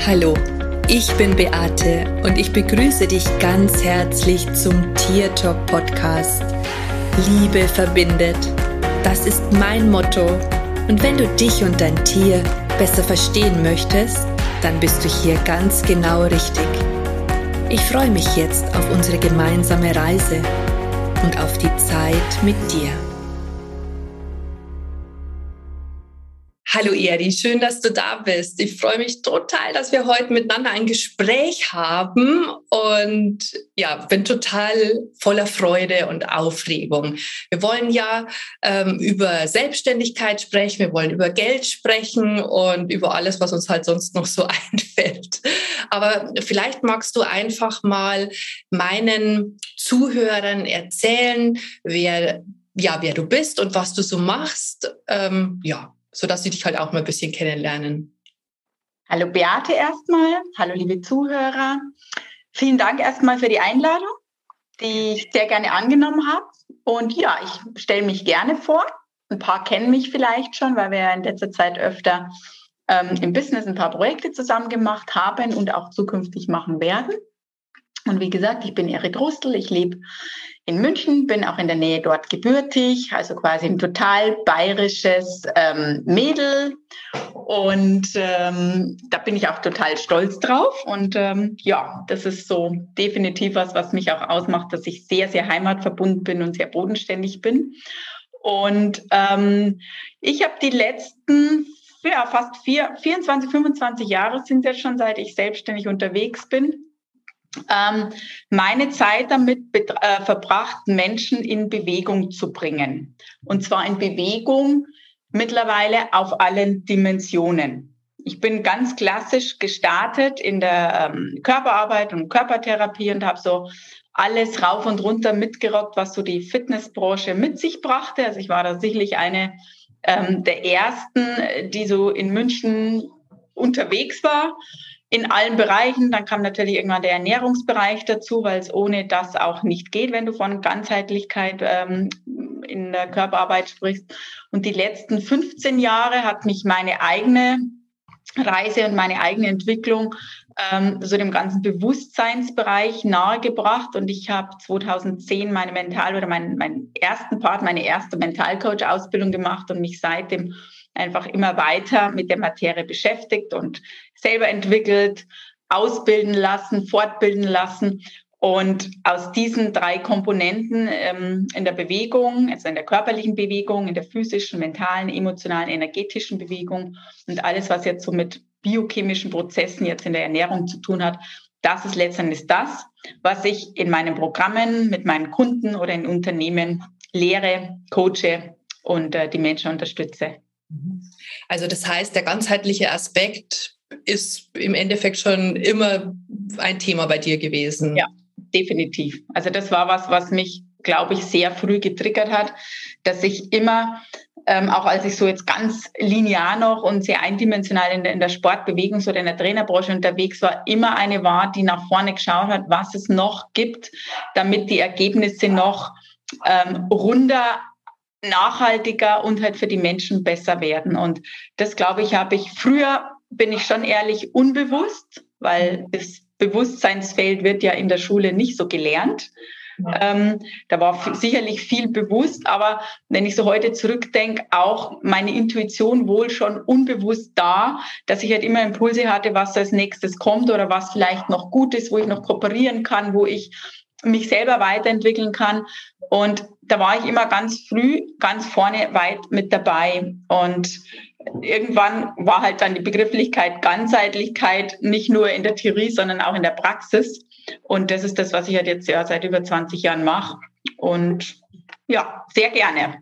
Hallo, ich bin Beate und ich begrüße dich ganz herzlich zum Tier Talk Podcast. Liebe verbindet, das ist mein Motto. Und wenn du dich und dein Tier besser verstehen möchtest, dann bist du hier ganz genau richtig. Ich freue mich jetzt auf unsere gemeinsame Reise und auf die Zeit mit dir. Hallo Eri, schön, dass du da bist. Ich freue mich total, dass wir heute miteinander ein Gespräch haben und ja, bin total voller Freude und Aufregung. Wir wollen ja über Selbstständigkeit sprechen, wir wollen über Geld sprechen und über alles, was uns halt sonst noch so einfällt. Aber vielleicht magst du einfach mal meinen Zuhörern erzählen, wer du bist und was du so machst. Sodass sie dich halt auch mal ein bisschen kennenlernen. Hallo Beate erstmal, hallo liebe Zuhörer. Vielen Dank erstmal für die Einladung, die ich sehr gerne angenommen habe. Und ja, ich stelle mich gerne vor. Ein paar kennen mich vielleicht schon, weil wir in letzter Zeit öfter im Business ein paar Projekte zusammen gemacht haben und auch zukünftig machen werden. Und wie gesagt, ich bin Eri Drostel, ich lebe in München, bin auch in der Nähe dort gebürtig, also quasi ein total bayerisches Mädel. Und da bin ich auch total stolz drauf. Und das ist so definitiv was mich auch ausmacht, dass ich sehr, sehr heimatverbunden bin und sehr bodenständig bin. Und ich habe die letzten fast 24, 25 Jahre sind es schon, seit ich selbstständig unterwegs bin, meine Zeit damit verbracht, Menschen in Bewegung zu bringen. Und zwar in Bewegung mittlerweile auf allen Dimensionen. Ich bin ganz klassisch gestartet in der Körperarbeit und Körpertherapie und habe so alles rauf und runter mitgerockt, was so die Fitnessbranche mit sich brachte. Also ich war da sicherlich eine der ersten, die so in München unterwegs war. In allen Bereichen, dann kam natürlich irgendwann der Ernährungsbereich dazu, weil es ohne das auch nicht geht, wenn du von Ganzheitlichkeit in der Körperarbeit sprichst. Und die letzten 15 Jahre hat mich meine eigene Reise und meine eigene Entwicklung so dem ganzen Bewusstseinsbereich nahegebracht. Und ich habe 2010 meine erste Mentalcoach-Ausbildung gemacht und mich seitdem einfach immer weiter mit der Materie beschäftigt und selber entwickelt, ausbilden lassen, fortbilden lassen. Und aus diesen 3 Komponenten in der Bewegung, also in der körperlichen Bewegung, in der physischen, mentalen, emotionalen, energetischen Bewegung und alles, was jetzt so mit biochemischen Prozessen jetzt in der Ernährung zu tun hat, das ist letztendlich das, was ich in meinen Programmen mit meinen Kunden oder in Unternehmen lehre, coache und die Menschen unterstütze. Also das heißt, der ganzheitliche Aspekt ist im Endeffekt schon immer ein Thema bei dir gewesen. Ja, definitiv. Also das war was mich, glaube ich, sehr früh getriggert hat, dass ich immer, auch als ich so jetzt ganz linear noch und sehr eindimensional in der Sportbewegung oder in der Trainerbranche unterwegs war, immer eine war, die nach vorne geschaut hat, was es noch gibt, damit die Ergebnisse noch runder, nachhaltiger und halt für die Menschen besser werden. Und das, glaube ich, früher, bin ich schon ehrlich, unbewusst, weil das Bewusstseinsfeld wird ja in der Schule nicht so gelernt. Ja. Da war sicherlich viel bewusst, aber wenn ich so heute zurückdenke, auch meine Intuition wohl schon unbewusst da, dass ich halt immer Impulse hatte, was als nächstes kommt oder was vielleicht noch gut ist, wo ich noch kooperieren kann, wo ich mich selber weiterentwickeln kann. Und da war ich immer ganz früh, ganz vorne weit mit dabei. Und irgendwann war halt dann die Begrifflichkeit Ganzheitlichkeit nicht nur in der Theorie, sondern auch in der Praxis. Und das ist das, was ich halt jetzt ja seit über 20 Jahren mache. Und ja, sehr gerne.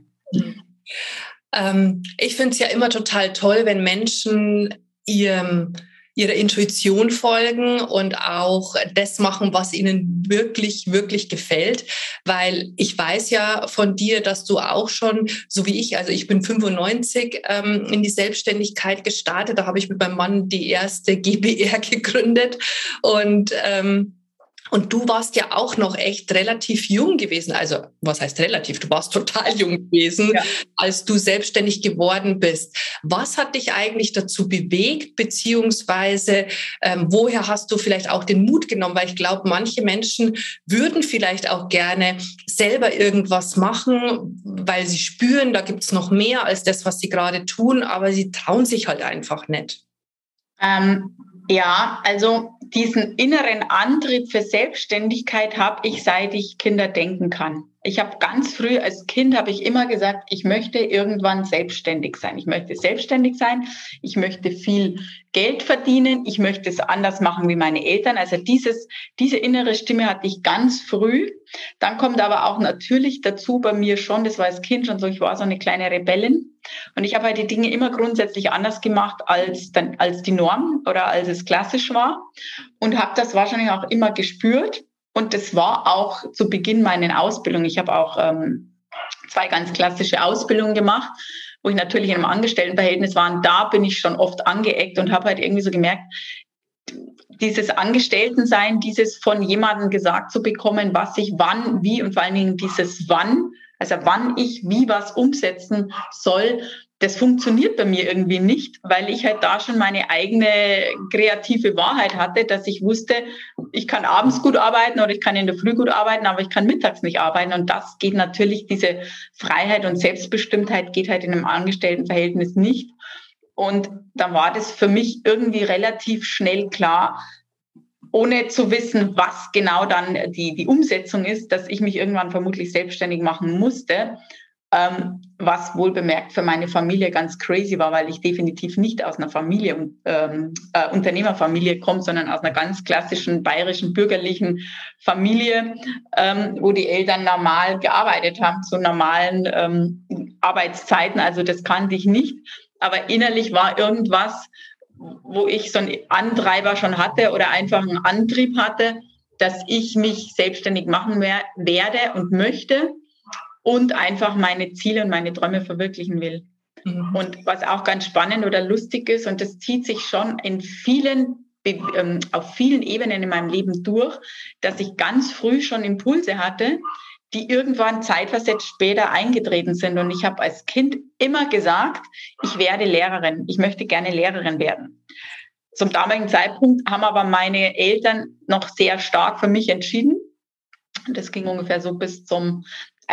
Ich finde es ja immer total toll, wenn Menschen ihrer Intuition folgen und auch das machen, was ihnen wirklich, wirklich gefällt. Weil ich weiß ja von dir, dass du auch schon, so wie ich, also ich bin 95 in die Selbstständigkeit gestartet. Da habe ich mit meinem Mann die erste GbR gegründet und Und du warst ja auch noch echt relativ jung gewesen. Also, was heißt relativ? Du warst total jung gewesen, ja, als du selbstständig geworden bist. Was hat dich eigentlich dazu bewegt, beziehungsweise woher hast du vielleicht auch den Mut genommen? Weil ich glaube, manche Menschen würden vielleicht auch gerne selber irgendwas machen, weil sie spüren, da gibt es noch mehr als das, was sie gerade tun, aber sie trauen sich halt einfach nicht. Ja, also diesen inneren Antrieb für Selbstständigkeit habe ich, seit ich Kinder denken kann. Ich habe ganz früh als Kind habe ich immer gesagt, ich möchte irgendwann selbstständig sein. Ich möchte selbstständig sein. Ich möchte viel Geld verdienen. Ich möchte es anders machen wie meine Eltern. Also diese innere Stimme hatte ich ganz früh. Dann kommt aber auch natürlich dazu bei mir schon, das war als Kind schon so, ich war so eine kleine Rebellin. Und ich habe halt die Dinge immer grundsätzlich anders gemacht als die Norm oder als es klassisch war. Und habe das wahrscheinlich auch immer gespürt. Und das war auch zu Beginn meiner Ausbildung. Ich habe auch 2 ganz klassische Ausbildungen gemacht, wo ich natürlich in einem Angestelltenverhältnis war. Und da bin ich schon oft angeeckt und habe halt irgendwie so gemerkt, dieses Angestelltensein, dieses von jemandem gesagt zu bekommen, was ich wann, wie und vor allen Dingen dieses wann, also wann ich wie was umsetzen soll, das funktioniert bei mir irgendwie nicht, weil ich halt da schon meine eigene kreative Wahrheit hatte, dass ich wusste, ich kann abends gut arbeiten oder ich kann in der Früh gut arbeiten, aber ich kann mittags nicht arbeiten. Und das geht natürlich, diese Freiheit und Selbstbestimmtheit geht halt in einem Angestelltenverhältnis nicht. Und dann war das für mich irgendwie relativ schnell klar, ohne zu wissen, was genau dann die Umsetzung ist, dass ich mich irgendwann vermutlich selbstständig machen musste. Was wohl bemerkt für meine Familie ganz crazy war, weil ich definitiv nicht aus einer Unternehmerfamilie komme, sondern aus einer ganz klassischen bayerischen bürgerlichen Familie, wo die Eltern normal gearbeitet haben, zu normalen Arbeitszeiten. Also das kannte ich nicht. Aber innerlich war irgendwas, wo ich so einen Antreiber schon hatte oder einfach einen Antrieb hatte, dass ich mich selbstständig machen werde und möchte. Und einfach meine Ziele und meine Träume verwirklichen will. Mhm. Und was auch ganz spannend oder lustig ist, und das zieht sich schon auf vielen Ebenen in meinem Leben durch, dass ich ganz früh schon Impulse hatte, die irgendwann zeitversetzt später eingetreten sind. Und ich habe als Kind immer gesagt, ich werde Lehrerin, ich möchte gerne Lehrerin werden. Zum damaligen Zeitpunkt haben aber meine Eltern noch sehr stark für mich entschieden. Das ging ungefähr so bis zum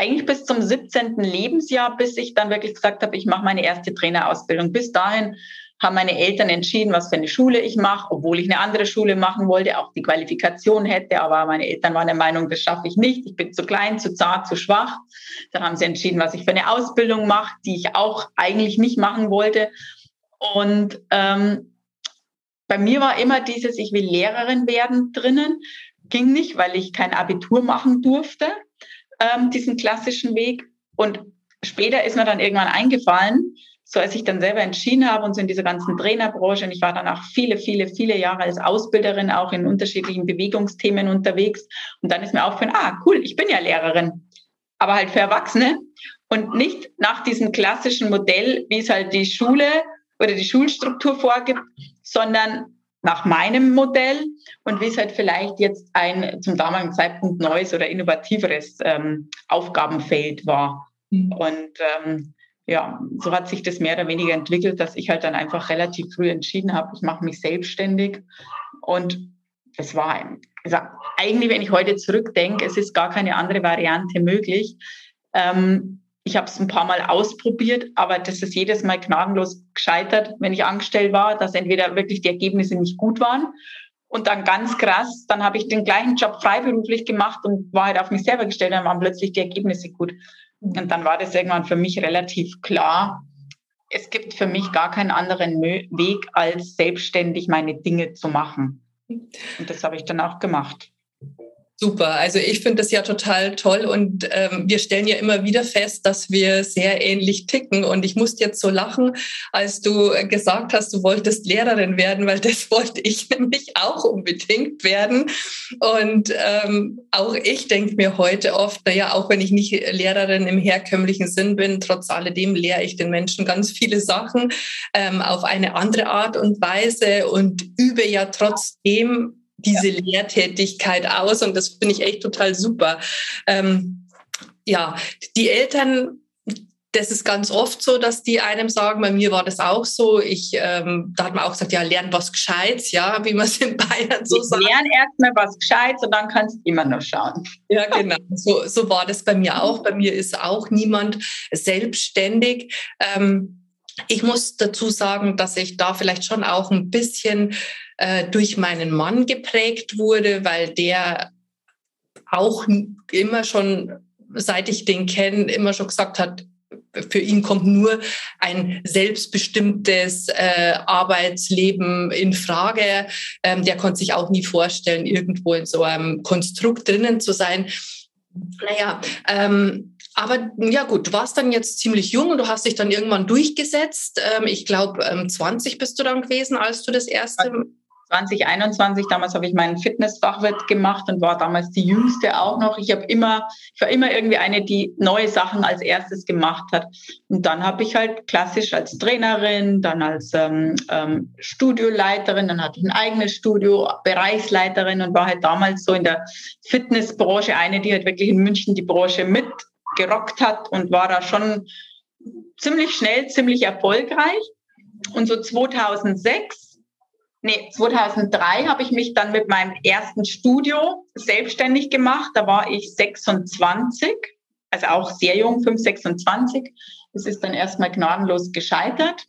17. Lebensjahr, bis ich dann wirklich gesagt habe, ich mache meine erste Trainerausbildung. Bis dahin haben meine Eltern entschieden, was für eine Schule ich mache, obwohl ich eine andere Schule machen wollte, auch die Qualifikation hätte. Aber meine Eltern waren der Meinung, das schaffe ich nicht. Ich bin zu klein, zu zart, zu schwach. Dann haben sie entschieden, was ich für eine Ausbildung mache, die ich auch eigentlich nicht machen wollte. Und bei mir war immer dieses, ich will Lehrerin werden drinnen. Ging nicht, weil ich kein Abitur machen durfte. Diesen klassischen Weg. Und später ist mir dann irgendwann eingefallen, so als ich dann selber entschieden habe und so in dieser ganzen Trainerbranche, und ich war dann auch viele Jahre als Ausbilderin auch in unterschiedlichen Bewegungsthemen unterwegs. Und dann ist mir aufgefallen, cool, ich bin ja Lehrerin, aber halt für Erwachsene und nicht nach diesem klassischen Modell, wie es halt die Schule oder die Schulstruktur vorgibt, sondern nach meinem Modell und wie es halt vielleicht jetzt ein zum damaligen Zeitpunkt neues oder innovativeres Aufgabenfeld war. Mhm. Und so hat sich das mehr oder weniger entwickelt, dass ich halt dann einfach relativ früh entschieden habe, ich mache mich selbstständig. Und es war eigentlich, wenn ich heute zurückdenke, es ist gar keine andere Variante möglich. Ich habe es ein paar Mal ausprobiert, aber das ist jedes Mal gnadenlos gescheitert, wenn ich angestellt war, dass entweder wirklich die Ergebnisse nicht gut waren und dann ganz krass, dann habe ich den gleichen Job freiberuflich gemacht und war halt auf mich selber gestellt, dann waren plötzlich die Ergebnisse gut. Und dann war das irgendwann für mich relativ klar, es gibt für mich gar keinen anderen Weg, als selbstständig meine Dinge zu machen. Und das habe ich dann auch gemacht. Super, also ich finde das ja total toll und wir stellen ja immer wieder fest, dass wir sehr ähnlich ticken und ich musste jetzt so lachen, als du gesagt hast, du wolltest Lehrerin werden, weil das wollte ich nämlich auch unbedingt werden und auch ich denke mir heute oft, naja, auch wenn ich nicht Lehrerin im herkömmlichen Sinn bin, trotz alledem lehre ich den Menschen ganz viele Sachen auf eine andere Art und Weise und übe ja trotzdem diese Lehrtätigkeit aus und das finde ich echt total super. Ja, die Eltern, das ist ganz oft so, dass die einem sagen, bei mir war das auch so. Da hat man auch gesagt, ja, lern was Gescheites, ja, wie man es in Bayern so sagt. Lern erstmal was Gescheites und dann kannst du immer noch schauen. Ja, genau. So war das bei mir auch. Bei mir ist auch niemand selbstständig. Ich muss dazu sagen, dass ich da vielleicht schon auch ein bisschen durch meinen Mann geprägt wurde, weil der auch immer schon, seit ich den kenne, immer schon gesagt hat, für ihn kommt nur ein selbstbestimmtes Arbeitsleben in Frage. Der konnte sich auch nie vorstellen, irgendwo in so einem Konstrukt drinnen zu sein. Naja, aber ja gut, du warst dann jetzt ziemlich jung und du hast dich dann irgendwann durchgesetzt. Ich glaube, 20 bist du dann gewesen, als du das erste... 2021, damals habe ich meinen Fitnessfachwirt gemacht und war damals die Jüngste auch noch. Ich war immer irgendwie eine, die neue Sachen als erstes gemacht hat. Und dann habe ich halt klassisch als Trainerin, dann als Studioleiterin, dann hatte ich ein eigenes Studio, Bereichsleiterin und war halt damals so in der Fitnessbranche eine, die halt wirklich in München die Branche mitgerockt hat und war da schon ziemlich schnell, ziemlich erfolgreich. Und so 2003 habe ich mich dann mit meinem ersten Studio selbstständig gemacht. Da war ich 26, also auch sehr jung, 26. Es ist dann erstmal gnadenlos gescheitert.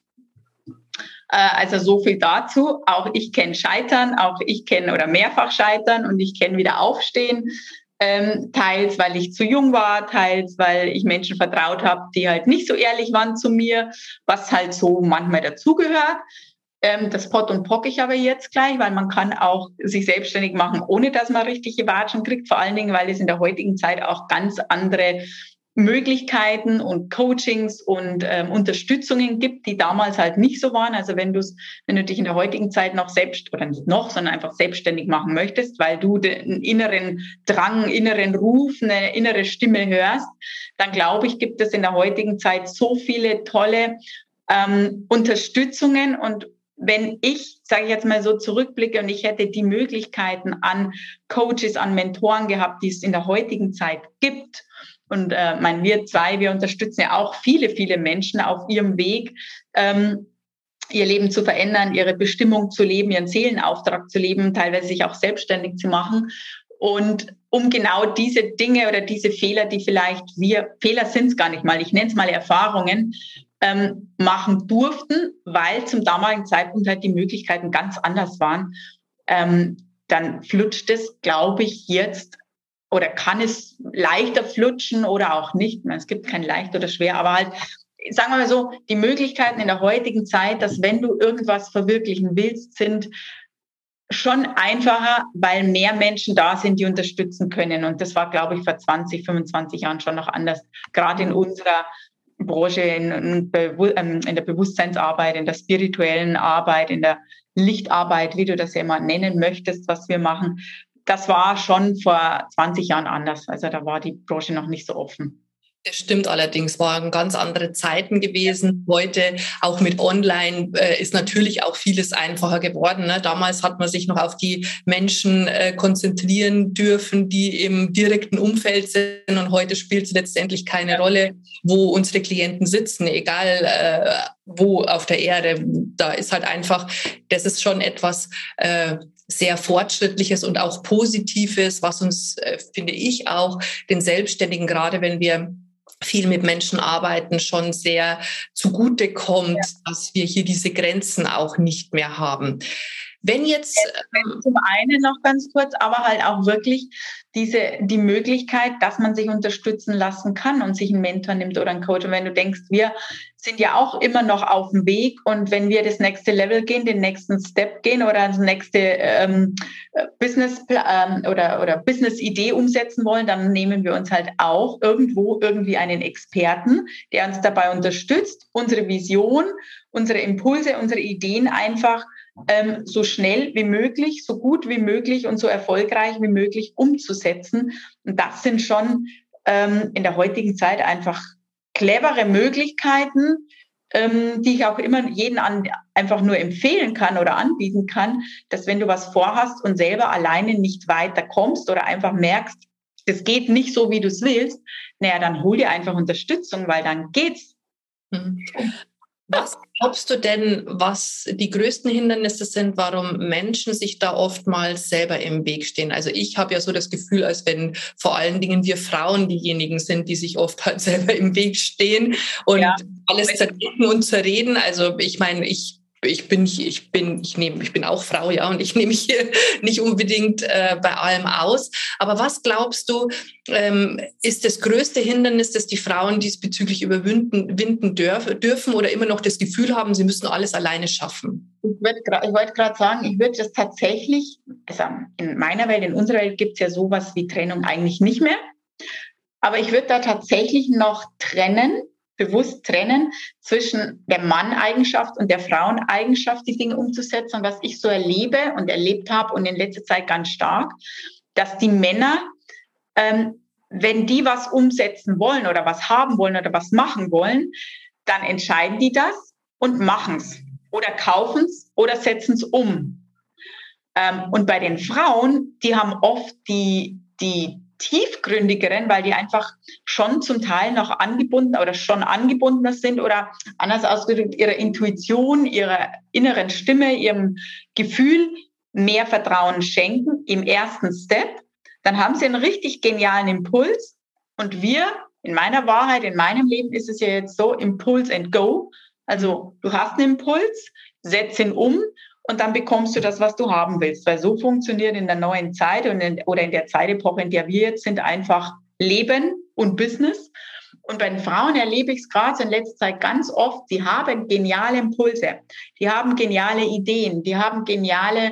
Also so viel dazu. Auch ich kenne Scheitern, auch ich kenne oder mehrfach Scheitern und ich kenne wieder Aufstehen. Teils, weil ich zu jung war, teils, weil ich Menschen vertraut habe, die halt nicht so ehrlich waren zu mir, was halt so manchmal dazugehört. Das Pott und Pock ich aber jetzt gleich, weil man kann auch sich selbstständig machen, ohne dass man richtige Watschen kriegt. Vor allen Dingen, weil es in der heutigen Zeit auch ganz andere Möglichkeiten und Coachings und Unterstützungen gibt, die damals halt nicht so waren. Also wenn du dich in der heutigen Zeit noch sondern einfach selbstständig machen möchtest, weil du den inneren Drang, inneren Ruf, eine innere Stimme hörst, dann glaube ich, gibt es in der heutigen Zeit so viele tolle Unterstützungen und wenn ich, sage ich jetzt mal so, zurückblicke und ich hätte die Möglichkeiten an Coaches, an Mentoren gehabt, die es in der heutigen Zeit gibt. Und wir unterstützen ja auch viele, viele Menschen auf ihrem Weg, ihr Leben zu verändern, ihre Bestimmung zu leben, ihren Seelenauftrag zu leben, teilweise sich auch selbstständig zu machen. Und um genau diese Dinge oder diese Fehler, die Fehler sind es gar nicht mal, ich nenne es mal Erfahrungen, machen durften, weil zum damaligen Zeitpunkt halt die Möglichkeiten ganz anders waren, dann flutscht es, glaube ich, jetzt oder kann es leichter flutschen oder auch nicht. Es gibt kein leicht oder schwer, aber halt, sagen wir mal so, die Möglichkeiten in der heutigen Zeit, dass wenn du irgendwas verwirklichen willst, sind schon einfacher, weil mehr Menschen da sind, die unterstützen können. Und das war, glaube ich, vor 20, 25 Jahren schon noch anders, gerade in unserer Branche, in der Bewusstseinsarbeit, in der spirituellen Arbeit, in der Lichtarbeit, wie du das ja immer nennen möchtest, was wir machen. Das war schon vor 20 Jahren anders. Also da war die Branche noch nicht so offen. Das stimmt allerdings, waren ganz andere Zeiten gewesen. Heute, auch mit Online, ist natürlich auch vieles einfacher geworden. Ne? Damals hat man sich noch auf die Menschen konzentrieren dürfen, die im direkten Umfeld sind. Und heute spielt es letztendlich keine Rolle, wo unsere Klienten sitzen, egal wo auf der Erde. Da ist halt einfach, das ist schon etwas sehr Fortschrittliches und auch Positives, was uns, finde ich, auch den Selbstständigen, gerade wenn wir viel mit Menschen arbeiten, schon sehr zugute kommt, dass wir hier diese Grenzen auch nicht mehr haben. Wenn jetzt zum einen noch ganz kurz, aber halt auch wirklich die Möglichkeit, dass man sich unterstützen lassen kann und sich einen Mentor nimmt oder einen Coach. Und wenn du denkst, wir sind ja auch immer noch auf dem Weg und wenn wir das nächste Level gehen, den nächsten Step gehen oder das nächste Business oder Business-Idee umsetzen wollen, dann nehmen wir uns halt auch irgendwie einen Experten, der uns dabei unterstützt, unsere Vision, unsere Impulse, unsere Ideen einfach so schnell wie möglich, so gut wie möglich und so erfolgreich wie möglich umzusetzen. Und das sind schon in der heutigen Zeit einfach clevere Möglichkeiten, die ich auch immer einfach nur empfehlen kann oder anbieten kann, dass wenn du was vorhast und selber alleine nicht weiterkommst oder einfach merkst, das geht nicht so, wie du es willst, dann hol dir einfach Unterstützung, weil dann geht's. Was glaubst du denn, was die größten Hindernisse sind, warum Menschen sich da oftmals selber im Weg stehen? Also ich habe ja so das Gefühl, als wenn vor allen Dingen wir Frauen diejenigen sind, die sich oft halt selber im Weg stehen und alles zerdenken und zerreden. Also ich meine, ich bin auch Frau, ja, und ich nehme mich hier nicht unbedingt bei allem aus. Aber was glaubst du, ist das größte Hindernis, das die Frauen diesbezüglich überwinden dürfen oder immer noch das Gefühl haben, sie müssen alles alleine schaffen? Ich wollte gerade sagen, ich würde das tatsächlich, also in meiner Welt, in unserer Welt gibt es ja sowas wie Trennung eigentlich nicht mehr. Aber ich würde da tatsächlich noch bewusst trennen zwischen der Mann-Eigenschaft und der Frauen-Eigenschaft, die Dinge umzusetzen. Und was ich so erlebe und erlebt habe und in letzter Zeit ganz stark, dass die Männer, wenn die was umsetzen wollen oder was haben wollen oder was machen wollen, dann entscheiden die das und machen es oder kaufen es oder setzen es um. Und bei den Frauen, die haben oft die tiefgründigeren, weil die einfach schon zum Teil noch angebunden oder schon angebundener sind oder anders ausgedrückt ihrer Intuition, ihrer inneren Stimme, ihrem Gefühl mehr Vertrauen schenken im ersten Step. Dann haben sie einen richtig genialen Impuls und wir, in meiner Wahrheit, in meinem Leben ist es ja jetzt so, Impuls and go. Also du hast einen Impuls, setz ihn um und dann bekommst du das, was du haben willst. Weil so funktioniert in der neuen Zeit oder in der Zeitepoche, in der wir jetzt sind, einfach Leben und Business. Und bei den Frauen erlebe ich es gerade in letzter Zeit ganz oft, die haben geniale Impulse, die haben geniale Ideen, die haben geniale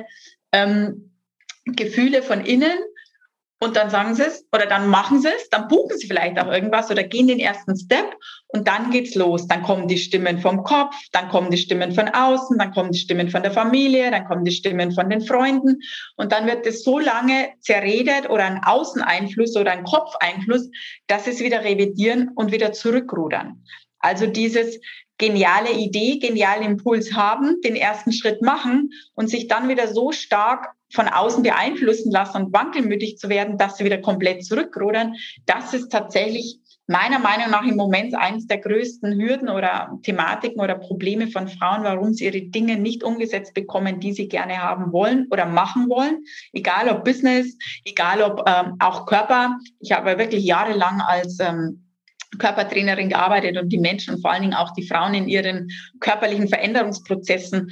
Gefühle von innen. Und dann sagen sie es oder dann machen sie es, dann buchen sie vielleicht auch irgendwas oder gehen den ersten Step und dann geht's los. Dann kommen die Stimmen vom Kopf, dann kommen die Stimmen von außen, dann kommen die Stimmen von der Familie, dann kommen die Stimmen von den Freunden und dann wird es so lange zerredet oder ein Außeneinfluss oder ein Kopfeinfluss, dass sie es wieder revidieren und wieder zurückrudern. Also dieses geniale Idee, genialen Impuls haben, den ersten Schritt machen und sich dann wieder so stark von außen beeinflussen lassen und wankelmütig zu werden, dass sie wieder komplett zurückrudern, das ist tatsächlich meiner Meinung nach im Moment eines der größten Hürden oder Thematiken oder Probleme von Frauen, warum sie ihre Dinge nicht umgesetzt bekommen, die sie gerne haben wollen oder machen wollen. Egal ob Business, egal ob auch Körper. Ich habe wirklich jahrelang als Körpertrainerin gearbeitet und die Menschen und vor allen Dingen auch die Frauen in ihren körperlichen Veränderungsprozessen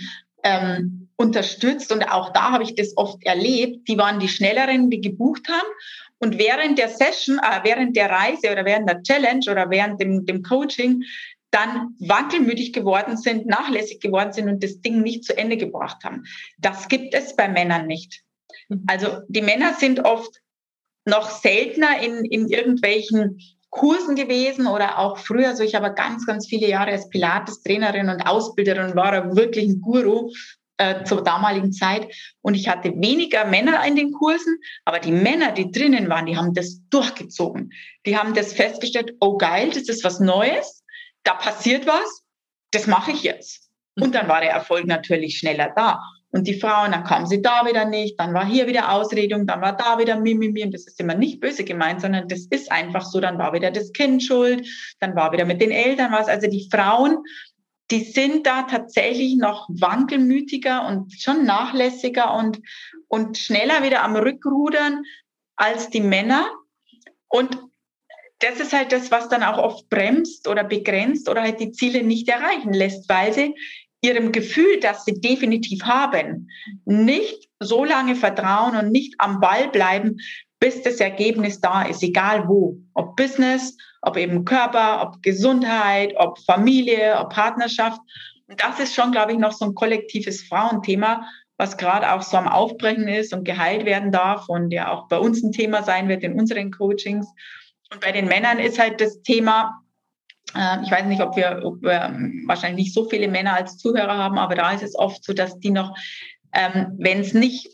unterstützt. Und auch da habe ich das oft erlebt. Die waren die Schnelleren, die gebucht haben. Und während der Session, während der Reise oder während der Challenge oder während dem Coaching dann wankelmütig geworden sind, nachlässig geworden sind und das Ding nicht zu Ende gebracht haben. Das gibt es bei Männern nicht. Also die Männer sind oft noch seltener in irgendwelchen Kursen gewesen oder auch früher, also ich habe ganz, ganz viele Jahre als Pilates-Trainerin und Ausbilderin, war wirklich ein Guru zur damaligen Zeit und ich hatte weniger Männer in den Kursen, aber die Männer, die drinnen waren, die haben das durchgezogen. Die haben das festgestellt, oh geil, das ist was Neues, da passiert was, das mache ich jetzt. Und dann war der Erfolg natürlich schneller da. Und die Frauen, dann kamen sie da wieder nicht, dann war hier wieder Ausredung, dann war da wieder Mimimi. Und das ist immer nicht böse gemeint, sondern das ist einfach so. Dann war wieder das Kind schuld, dann war wieder mit den Eltern was. Also die Frauen, die sind da tatsächlich noch wankelmütiger und schon nachlässiger und schneller wieder am Rückrudern als die Männer. Und das ist halt das, was dann auch oft bremst oder begrenzt oder halt die Ziele nicht erreichen lässt, weil sie ihrem Gefühl, das sie definitiv haben, nicht so lange vertrauen und nicht am Ball bleiben, bis das Ergebnis da ist, egal wo. Ob Business, ob eben Körper, ob Gesundheit, ob Familie, ob Partnerschaft. Und das ist schon, glaube ich, noch so ein kollektives Frauenthema, was gerade auch so am Aufbrechen ist und geheilt werden darf und ja auch bei uns ein Thema sein wird in unseren Coachings. Und bei den Männern ist halt das Thema, ich weiß nicht, ob wir wahrscheinlich nicht so viele Männer als Zuhörer haben, aber da ist es oft so, dass die noch, wenn es nicht,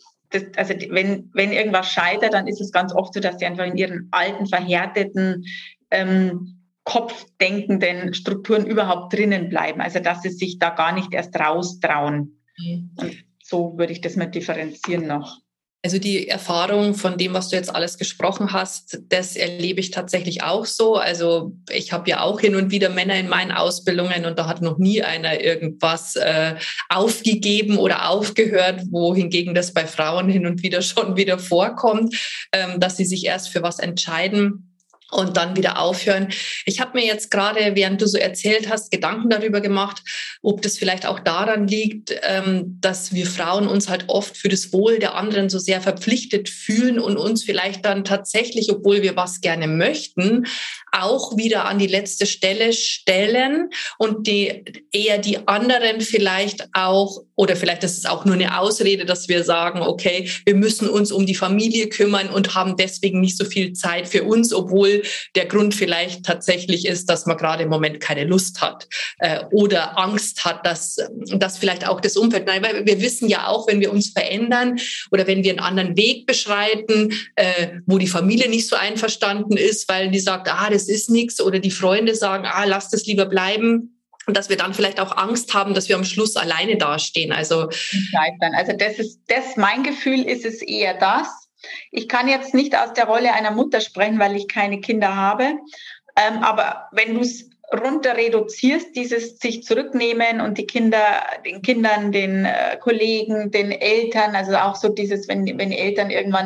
wenn irgendwas scheitert, dann ist es ganz oft so, dass die einfach in ihren alten, verhärteten kopfdenkenden Strukturen überhaupt drinnen bleiben. Also dass sie sich da gar nicht erst raustrauen. Und so würde ich das mal differenzieren noch. Also die Erfahrung von dem, was du jetzt alles gesprochen hast, das erlebe ich tatsächlich auch so. Also ich habe ja auch hin und wieder Männer in meinen Ausbildungen und da hat noch nie einer irgendwas aufgegeben oder aufgehört, wohingegen das bei Frauen hin und wieder schon wieder vorkommt, dass sie sich erst für was entscheiden und dann wieder aufhören. Ich habe mir jetzt gerade, während du so erzählt hast, Gedanken darüber gemacht, ob das vielleicht auch daran liegt, dass wir Frauen uns halt oft für das Wohl der anderen so sehr verpflichtet fühlen und uns vielleicht dann tatsächlich, obwohl wir was gerne möchten, auch wieder an die letzte Stelle stellen und eher die anderen vielleicht auch, oder vielleicht ist es auch nur eine Ausrede, dass wir sagen, okay, wir müssen uns um die Familie kümmern und haben deswegen nicht so viel Zeit für uns, obwohl der Grund vielleicht tatsächlich ist, dass man gerade im Moment keine Lust hat oder Angst hat, dass vielleicht auch das Umfeld, nein, weil wir wissen ja auch, wenn wir uns verändern oder wenn wir einen anderen Weg beschreiten, wo die Familie nicht so einverstanden ist, weil die sagt, das ist nichts, oder die Freunde sagen, lass das lieber bleiben. Und dass wir dann vielleicht auch Angst haben, dass wir am Schluss alleine dastehen. Also mein Gefühl ist es eher das. Ich kann jetzt nicht aus der Rolle einer Mutter sprechen, weil ich keine Kinder habe. Aber wenn du es runter reduzierst, dieses sich zurücknehmen und den Kindern, den Kollegen, den Eltern, also auch so dieses, wenn die Eltern irgendwann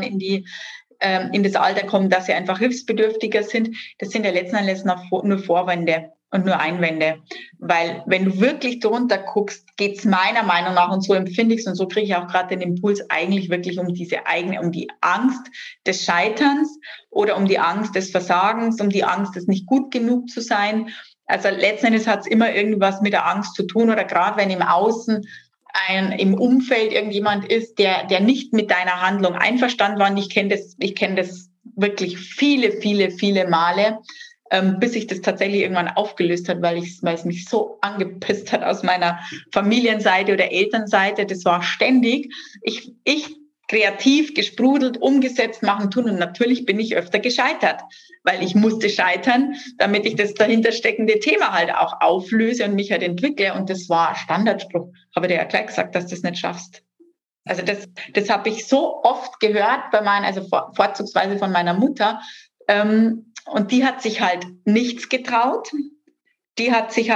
in das Alter kommen, dass sie einfach hilfsbedürftiger sind, das sind ja letzten Endes nur Vorwände und nur Einwände. Weil wenn du wirklich drunter guckst, geht's meiner Meinung nach, und so empfinde ich es, und so kriege ich auch gerade den Impuls, eigentlich wirklich um die Angst des Scheiterns oder um die Angst des Versagens, um die Angst, es nicht gut genug zu sein. Also letzten Endes hat es immer irgendwas mit der Angst zu tun, oder gerade wenn im Außen im Umfeld irgendjemand ist, der nicht mit deiner Handlung einverstanden war. Und ich kenne das wirklich viele, viele, viele Male, bis sich das tatsächlich irgendwann aufgelöst hat, weil es mich so angepisst hat aus meiner Familienseite oder Elternseite. Das war ständig. Ich kreativ, gesprudelt, umgesetzt, machen, tun. Und natürlich bin ich öfter gescheitert, weil ich musste scheitern, damit ich das dahinter steckende Thema halt auch auflöse und mich halt entwickle. Und das war Standardspruch. Habe dir ja gleich gesagt, dass du das nicht schaffst. Also das habe ich so oft gehört vorzugsweise von meiner Mutter. Und die hat sich halt nichts getraut. Die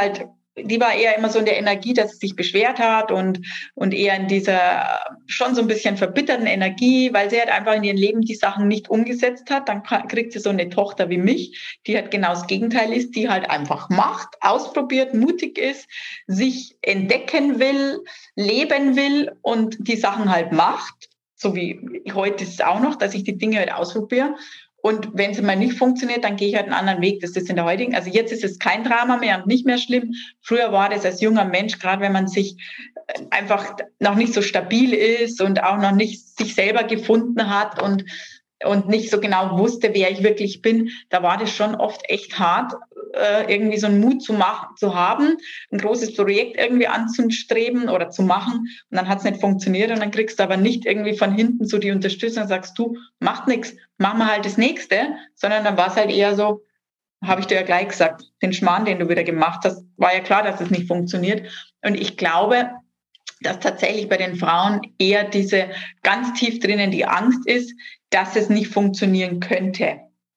war eher immer so in der Energie, dass sie sich beschwert hat und eher in dieser schon so ein bisschen verbitterten Energie, weil sie halt einfach in ihrem Leben die Sachen nicht umgesetzt hat. Dann kriegt sie so eine Tochter wie mich, die halt genau das Gegenteil ist, die halt einfach macht, ausprobiert, mutig ist, sich entdecken will, leben will und die Sachen halt macht. So wie heute ist es auch noch, dass ich die Dinge halt ausprobiere. Und wenn es mal nicht funktioniert, dann gehe ich halt einen anderen Weg. Das ist in der heutigen, also jetzt ist es kein Drama mehr und nicht mehr schlimm. Früher war das als junger Mensch, gerade wenn man sich einfach noch nicht so stabil ist und auch noch nicht sich selber gefunden hat und nicht so genau wusste, wer ich wirklich bin, da war das schon oft echt hart, irgendwie so einen Mut zu haben, ein großes Projekt irgendwie anzustreben oder zu machen, und dann hat es nicht funktioniert, und dann kriegst du aber nicht irgendwie von hinten so die Unterstützung und sagst, du, macht nichts, mach mal halt das Nächste, sondern dann war es halt eher so, habe ich dir ja gleich gesagt, den Schmarrn, den du wieder gemacht hast, war ja klar, dass es nicht funktioniert. Und ich glaube, dass tatsächlich bei den Frauen eher diese ganz tief drinnen die Angst ist, dass es nicht funktionieren könnte.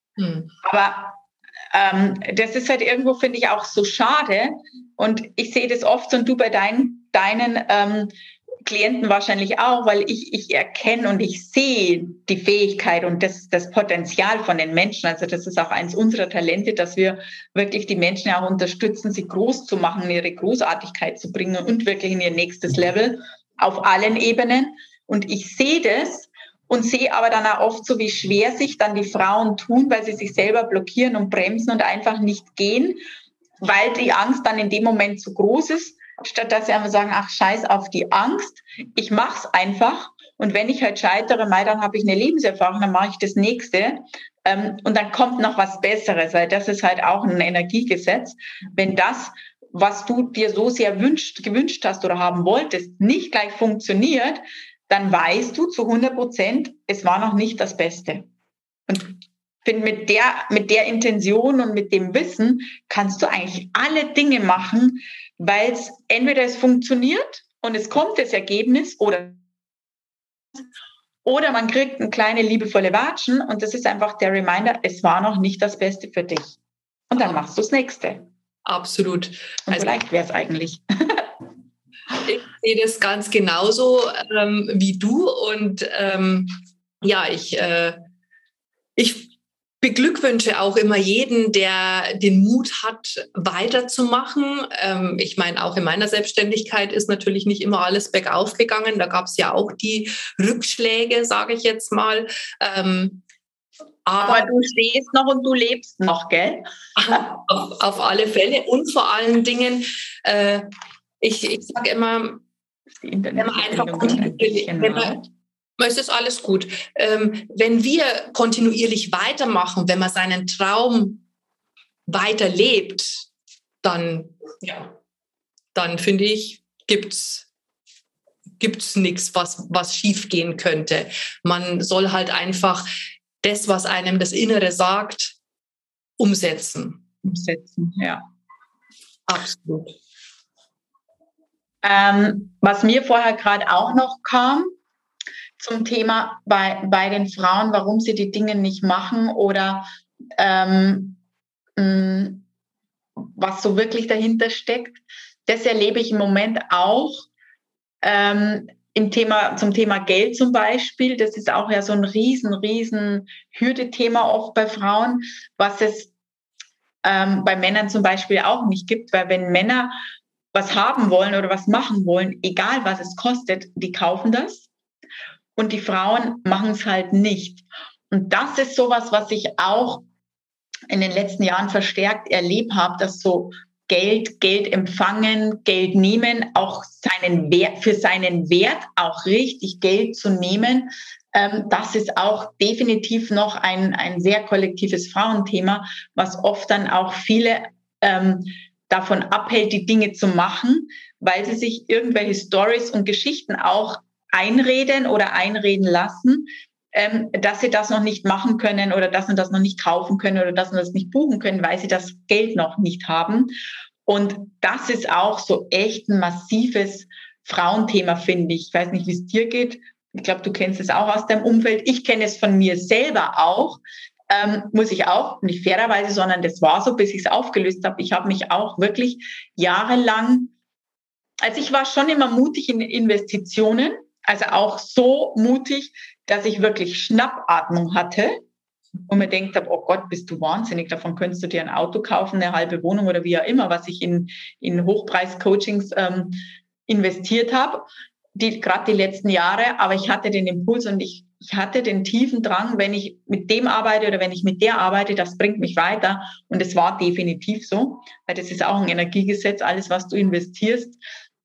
Aber das ist halt irgendwo, finde ich, auch so schade. Und ich sehe das oft, und du bei deinen Klienten wahrscheinlich auch, weil ich erkenne und ich sehe die Fähigkeit und das Potenzial von den Menschen. Also das ist auch eins unserer Talente, dass wir wirklich die Menschen auch unterstützen, sie groß zu machen, ihre Großartigkeit zu bringen und wirklich in ihr nächstes Level auf allen Ebenen. Und ich sehe das und sehe aber dann auch oft so, wie schwer sich dann die Frauen tun, weil sie sich selber blockieren und bremsen und einfach nicht gehen, weil die Angst dann in dem Moment zu groß ist, statt dass sie einfach sagen, ach, scheiß auf die Angst, ich mach's einfach, und wenn ich halt scheitere, dann habe ich eine Lebenserfahrung, dann mache ich das Nächste, und dann kommt noch was Besseres, weil das ist halt auch ein Energiegesetz. Wenn das, was du dir so sehr gewünscht hast oder haben wolltest, nicht gleich funktioniert, dann weißt du zu 100%, es war noch nicht das Beste. Und finde, mit der Intention und mit dem Wissen kannst du eigentlich alle Dinge machen, weil es entweder es funktioniert und es kommt das Ergebnis oder man kriegt eine kleine liebevolle Watschen und das ist einfach der Reminder, es war noch nicht das Beste für dich. Und dann machst du das Nächste. Absolut. Und so leicht wäre es eigentlich. Ich sehe das ganz genauso wie du und ich beglückwünsche auch immer jeden, der den Mut hat, weiterzumachen. Ich meine, auch in meiner Selbstständigkeit ist natürlich nicht immer alles bergauf gegangen. Da gab es ja auch die Rückschläge, sage ich jetzt mal. Aber du stehst noch und du lebst noch, gell? Auf alle Fälle. Und vor allen Dingen, ich sage immer, wenn man einfach es ist alles gut. Wenn wir kontinuierlich weitermachen, wenn man seinen Traum weiterlebt, dann finde ich, gibt's nichts, was schief gehen könnte. Man soll halt einfach das, was einem das Innere sagt, umsetzen. Ja. Absolut. Was mir vorher gerade auch noch kam, zum Thema bei den Frauen, warum sie die Dinge nicht machen oder was so wirklich dahinter steckt. Das erlebe ich im Moment auch zum Thema Geld zum Beispiel. Das ist auch ja so ein riesen Hürde-Thema oft bei Frauen, was es bei Männern zum Beispiel auch nicht gibt, weil wenn Männer was haben wollen oder was machen wollen, egal was es kostet, die kaufen das. Und die Frauen machen es halt nicht. Und das ist sowas, was ich auch in den letzten Jahren verstärkt erlebt habe, dass so Geld empfangen, Geld nehmen, auch für seinen Wert auch richtig Geld zu nehmen, das ist auch definitiv noch ein sehr kollektives Frauenthema, was oft dann auch viele davon abhält, die Dinge zu machen, weil sie sich irgendwelche Stories und Geschichten auch einreden oder einreden lassen, dass sie das noch nicht machen können oder das und das noch nicht kaufen können oder das und das nicht buchen können, weil sie das Geld noch nicht haben. Und das ist auch so echt ein massives Frauenthema, finde ich. Ich weiß nicht, wie es dir geht. Ich glaube, du kennst es auch aus deinem Umfeld. Ich kenne es von mir selber auch. Muss ich auch, nicht fairerweise, sondern das war so, bis ich es aufgelöst habe. Ich habe mich auch wirklich jahrelang, also ich war schon immer mutig in Investitionen, also auch so mutig, dass ich wirklich Schnappatmung hatte und mir denkt habe, oh Gott, bist du wahnsinnig, davon könntest du dir ein Auto kaufen, eine halbe Wohnung oder wie auch immer, was ich in Hochpreis-Coachings investiert habe, gerade die letzten Jahre, aber ich hatte den Impuls und ich hatte den tiefen Drang, wenn ich mit dem arbeite oder wenn ich mit der arbeite, das bringt mich weiter. Und es war definitiv so, weil das ist auch ein Energiegesetz, alles, was du investierst,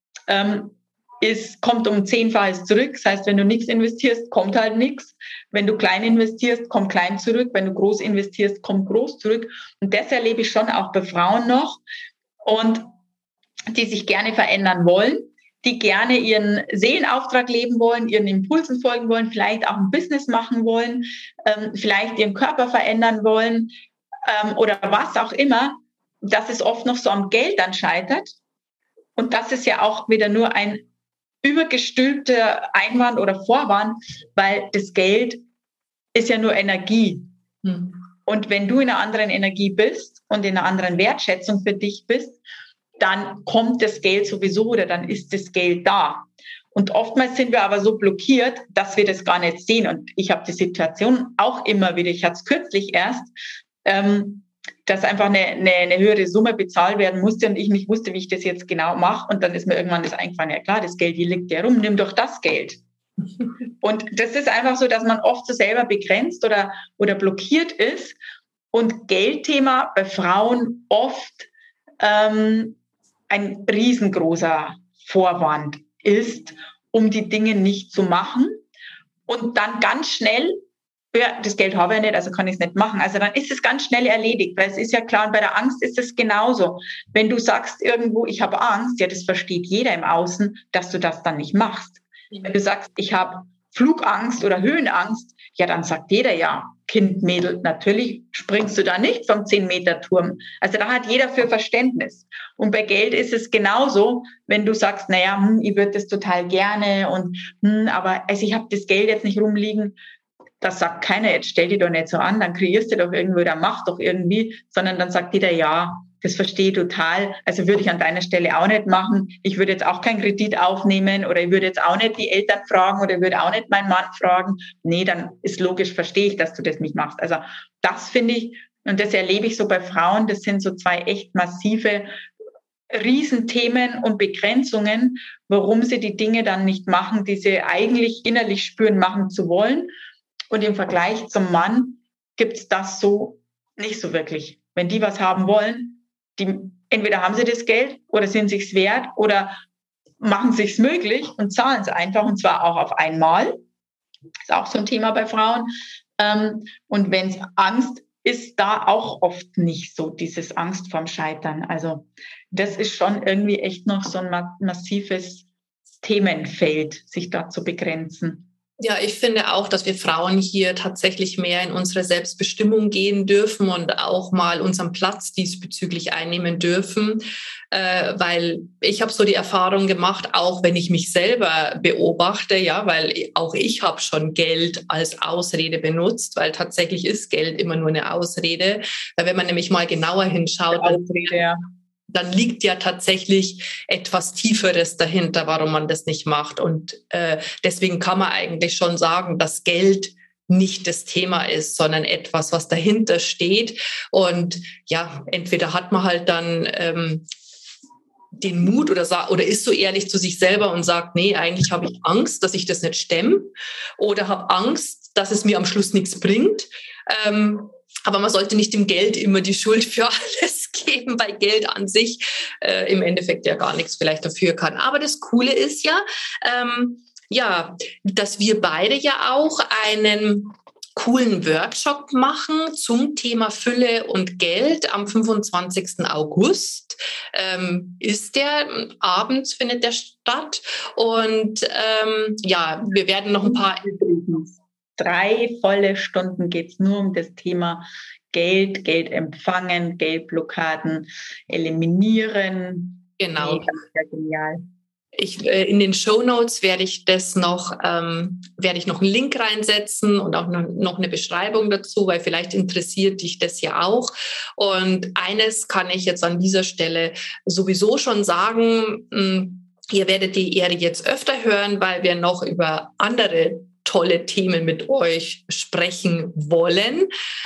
kommt um 10-faches zurück. Das heißt, wenn du nichts investierst, kommt halt nichts. Wenn du klein investierst, kommt klein zurück. Wenn du groß investierst, kommt groß zurück. Und das erlebe ich schon auch bei Frauen noch und die sich gerne verändern wollen, die gerne ihren Seelenauftrag leben wollen, ihren Impulsen folgen wollen, vielleicht auch ein Business machen wollen, vielleicht ihren Körper verändern wollen oder was auch immer, dass es oft noch so am Geld dann scheitert. Und das ist ja auch wieder nur ein übergestülpter Einwand oder Vorwand, weil das Geld ist ja nur Energie. Und wenn du in einer anderen Energie bist und in einer anderen Wertschätzung für dich bist, dann kommt das Geld sowieso oder dann ist das Geld da. Und oftmals sind wir aber so blockiert, dass wir das gar nicht sehen. Und ich habe die Situation auch immer wieder, ich hatte es kürzlich erst, dass einfach eine höhere Summe bezahlt werden musste und ich nicht wusste, wie ich das jetzt genau mache. Und dann ist mir irgendwann das eingefallen, ja klar, das Geld hier liegt ja rum, nimm doch das Geld. Und das ist einfach so, dass man oft so selber begrenzt oder blockiert ist. Und Geldthema bei Frauen oft ein riesengroßer Vorwand ist, um die Dinge nicht zu machen. Und dann ganz schnell, ja, das Geld habe ich nicht, also kann ich es nicht machen. Also dann ist es ganz schnell erledigt, weil es ist ja klar, und bei der Angst ist es genauso. Wenn du sagst irgendwo, ich habe Angst, ja, das versteht jeder im Außen, dass du das dann nicht machst. Wenn du sagst, ich habe Flugangst oder Höhenangst, ja, dann sagt jeder ja, Kind, Mädel, natürlich springst du da nicht vom 10-Meter-Turm. Also da hat jeder für Verständnis. Und bei Geld ist es genauso, wenn du sagst, naja, ich würde das total gerne aber also ich habe das Geld jetzt nicht rumliegen. Das sagt keiner, jetzt stell dich doch nicht so an, dann kreierst du doch irgendwie oder mach doch irgendwie, sondern dann sagt jeder, ja, das verstehe ich total. Also würde ich an deiner Stelle auch nicht machen. Ich würde jetzt auch keinen Kredit aufnehmen oder ich würde jetzt auch nicht die Eltern fragen oder ich würde auch nicht meinen Mann fragen. Nee, dann ist logisch, verstehe ich, dass du das nicht machst. Also das finde ich, und das erlebe ich so bei Frauen, das sind so zwei echt massive Riesenthemen und Begrenzungen, warum sie die Dinge dann nicht machen, die sie eigentlich innerlich spüren, machen zu wollen. Und im Vergleich zum Mann gibt es das so nicht so wirklich. Wenn die was haben wollen, entweder haben sie das Geld oder sind sich's wert oder machen sich's möglich und zahlen es einfach, und zwar auch auf einmal. Ist auch so ein Thema bei Frauen. Und wenn es Angst ist, da auch oft nicht so, dieses Angst vorm Scheitern. Also das ist schon irgendwie echt noch so ein massives Themenfeld, sich da zu begrenzen. Ja, ich finde auch, dass wir Frauen hier tatsächlich mehr in unsere Selbstbestimmung gehen dürfen und auch mal unseren Platz diesbezüglich einnehmen dürfen, weil ich habe so die Erfahrung gemacht, auch wenn ich mich selber beobachte, ja, weil auch ich habe schon Geld als Ausrede benutzt, weil tatsächlich ist Geld immer nur eine Ausrede, weil wenn man nämlich mal genauer hinschaut, dann liegt ja tatsächlich etwas Tieferes dahinter, warum man das nicht macht. Und deswegen kann man eigentlich schon sagen, dass Geld nicht das Thema ist, sondern etwas, was dahinter steht. Und ja, entweder hat man halt dann den Mut oder ist so ehrlich zu sich selber und sagt, nee, eigentlich habe ich Angst, dass ich das nicht stemme, oder habe Angst, dass es mir am Schluss nichts bringt. Aber man sollte nicht dem Geld immer die Schuld für alles geben, weil Geld an sich im Endeffekt ja gar nichts vielleicht dafür kann. Aber das Coole ist ja, dass wir beide ja auch einen coolen Workshop machen zum Thema Fülle und Geld am 25. August. Ist der, abends findet der statt. Und ja, wir werden noch ein paar... 3 volle Stunden geht es nur um das Thema Geld, Geld empfangen, Geldblockaden eliminieren. Genau. Mega, mega genial. In den Shownotes werde ich noch einen Link reinsetzen und auch noch eine Beschreibung dazu, weil vielleicht interessiert dich das ja auch. Und eines kann ich jetzt an dieser Stelle sowieso schon sagen, ihr werdet die Ehre jetzt öfter hören, weil wir noch über andere tolle Themen mit euch sprechen wollen.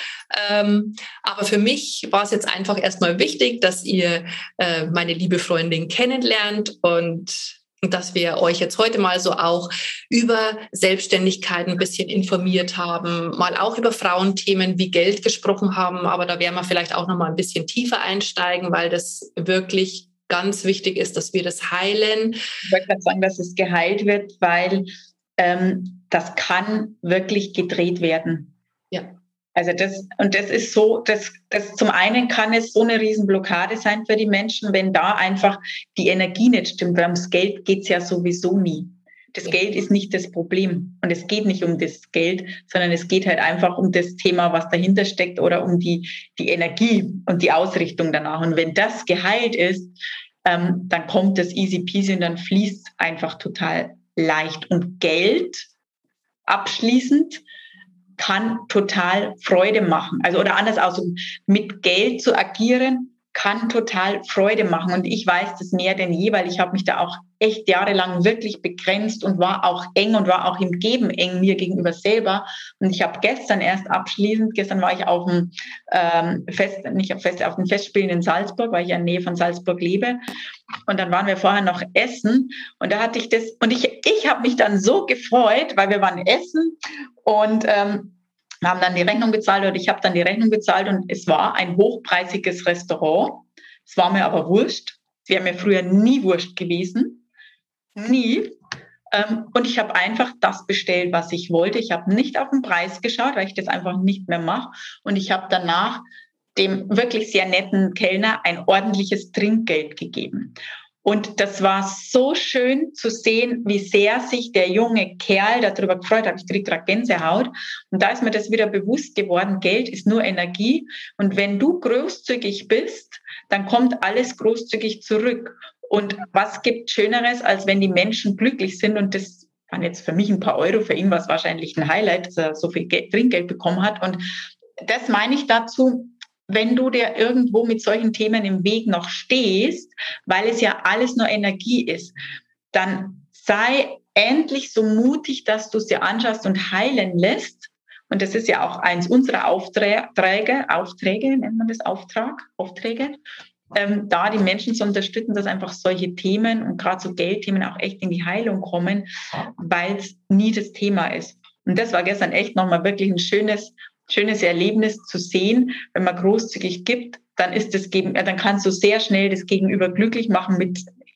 Aber für mich war es jetzt einfach erstmal wichtig, dass ihr meine liebe Freundin kennenlernt und dass wir euch jetzt heute mal so auch über Selbstständigkeit ein bisschen informiert haben, mal auch über Frauenthemen wie Geld gesprochen haben, aber da werden wir vielleicht auch noch mal ein bisschen tiefer einsteigen, weil das wirklich ganz wichtig ist, dass wir das heilen. Ich wollte gerade sagen, dass es geheilt wird, weil das kann wirklich gedreht werden. Ja. Also das ist so, das zum einen kann es so eine Riesenblockade sein für die Menschen, wenn da einfach die Energie nicht stimmt, weil ums Geld geht's ja sowieso nie. Das Geld ist nicht das Problem und es geht nicht um das Geld, sondern es geht halt einfach um das Thema, was dahinter steckt oder um die Energie und die Ausrichtung danach. Und wenn das geheilt ist, dann kommt das easy peasy und dann fließt einfach total leicht. Und Geld abschließend kann total Freude machen. Also oder anders aus, mit Geld zu agieren, kann total Freude machen. Und ich weiß das mehr denn je, weil ich habe mich da auch echt jahrelang wirklich begrenzt und war auch eng und war auch im Geben eng mir gegenüber selber. Und ich habe gestern war ich auf dem auf dem Festspielen in Salzburg, weil ich in der Nähe von Salzburg lebe. Und dann waren wir vorher noch essen und da hatte ich das, und ich habe mich dann so gefreut, weil wir waren essen und wir haben dann die Rechnung bezahlt oder ich habe dann die Rechnung bezahlt und es war ein hochpreisiges Restaurant. Es war mir aber wurscht. Es wäre mir früher nie wurscht gewesen. Nie. Und ich habe einfach das bestellt, was ich wollte. Ich habe nicht auf den Preis geschaut, weil ich das einfach nicht mehr mache. Und ich habe danach dem wirklich sehr netten Kellner ein ordentliches Trinkgeld gegeben. Und das war so schön zu sehen, wie sehr sich der junge Kerl darüber gefreut hat. Ich kriege gerade Gänsehaut. Und da ist mir das wieder bewusst geworden, Geld ist nur Energie. Und wenn du großzügig bist, dann kommt alles großzügig zurück. Und was gibt Schöneres, als wenn die Menschen glücklich sind? Und das waren jetzt für mich ein paar Euro, für ihn war es wahrscheinlich ein Highlight, dass er so viel Trinkgeld bekommen hat. Und das meine ich dazu, wenn du dir irgendwo mit solchen Themen im Weg noch stehst, weil es ja alles nur Energie ist, dann sei endlich so mutig, dass du es dir anschaust und heilen lässt. Und das ist ja auch eins unserer Aufträge, nennt man das Aufträge, da die Menschen zu unterstützen, dass einfach solche Themen und gerade so Geldthemen auch echt in die Heilung kommen, weil es nie das Thema ist. Und das war gestern echt nochmal wirklich ein schönes Erlebnis zu sehen. Wenn man großzügig gibt, dann dann kannst du sehr schnell das Gegenüber glücklich machen mit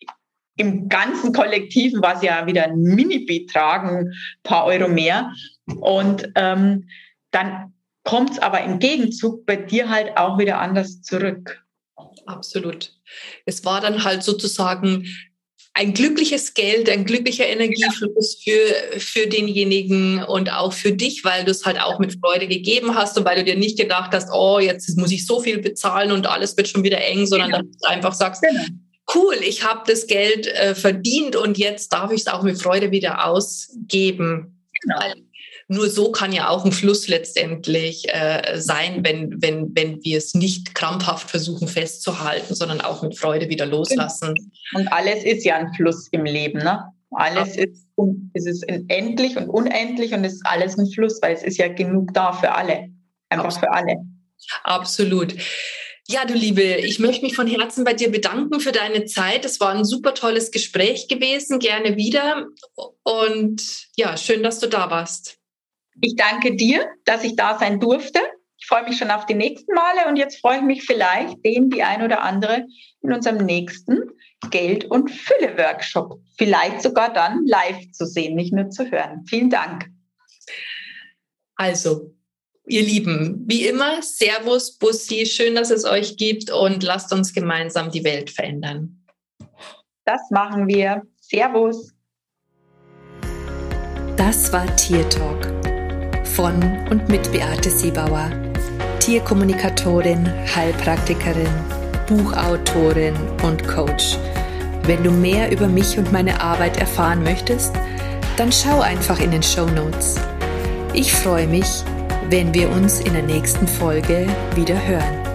im ganzen Kollektiven, was ja wieder ein Mini-Betrag, ein paar Euro mehr. Und dann kommt es aber im Gegenzug bei dir halt auch wieder anders zurück. Absolut. Es war dann halt sozusagen ein glückliches Geld, ein glücklicher Energiefluss für denjenigen und auch für dich, weil du es halt auch mit Freude gegeben hast und weil du dir nicht gedacht hast, oh, jetzt muss ich so viel bezahlen und alles wird schon wieder eng, sondern dass du einfach sagst, cool, ich habe das Geld verdient und jetzt darf ich es auch mit Freude wieder ausgeben. Genau. Weil nur so kann ja auch ein Fluss letztendlich sein, wenn wir es nicht krampfhaft versuchen festzuhalten, sondern auch mit Freude wieder loslassen. Und alles ist ja ein Fluss im Leben, ne? Alles ist endlich und unendlich und es ist alles ein Fluss, weil es ist ja genug da für alle. Einfach Absolut. Für alle. Absolut. Ja, du Liebe, ich möchte mich von Herzen bei dir bedanken für deine Zeit. Es war ein super tolles Gespräch gewesen. Gerne wieder. Und ja, schön, dass du da warst. Ich danke dir, dass ich da sein durfte. Ich freue mich schon auf die nächsten Male und jetzt freue ich mich vielleicht, die ein oder andere in unserem nächsten Geld- und Fülle-Workshop vielleicht sogar dann live zu sehen, nicht nur zu hören. Vielen Dank. Also, ihr Lieben, wie immer, Servus, Bussi, schön, dass es euch gibt und lasst uns gemeinsam die Welt verändern. Das machen wir. Servus. Das war Tier Talk von und mit Beate Siebauer, Tierkommunikatorin, Heilpraktikerin, Buchautorin und Coach. Wenn du mehr über mich und meine Arbeit erfahren möchtest, dann schau einfach in den Shownotes. Ich freue mich, wenn wir uns in der nächsten Folge wieder hören.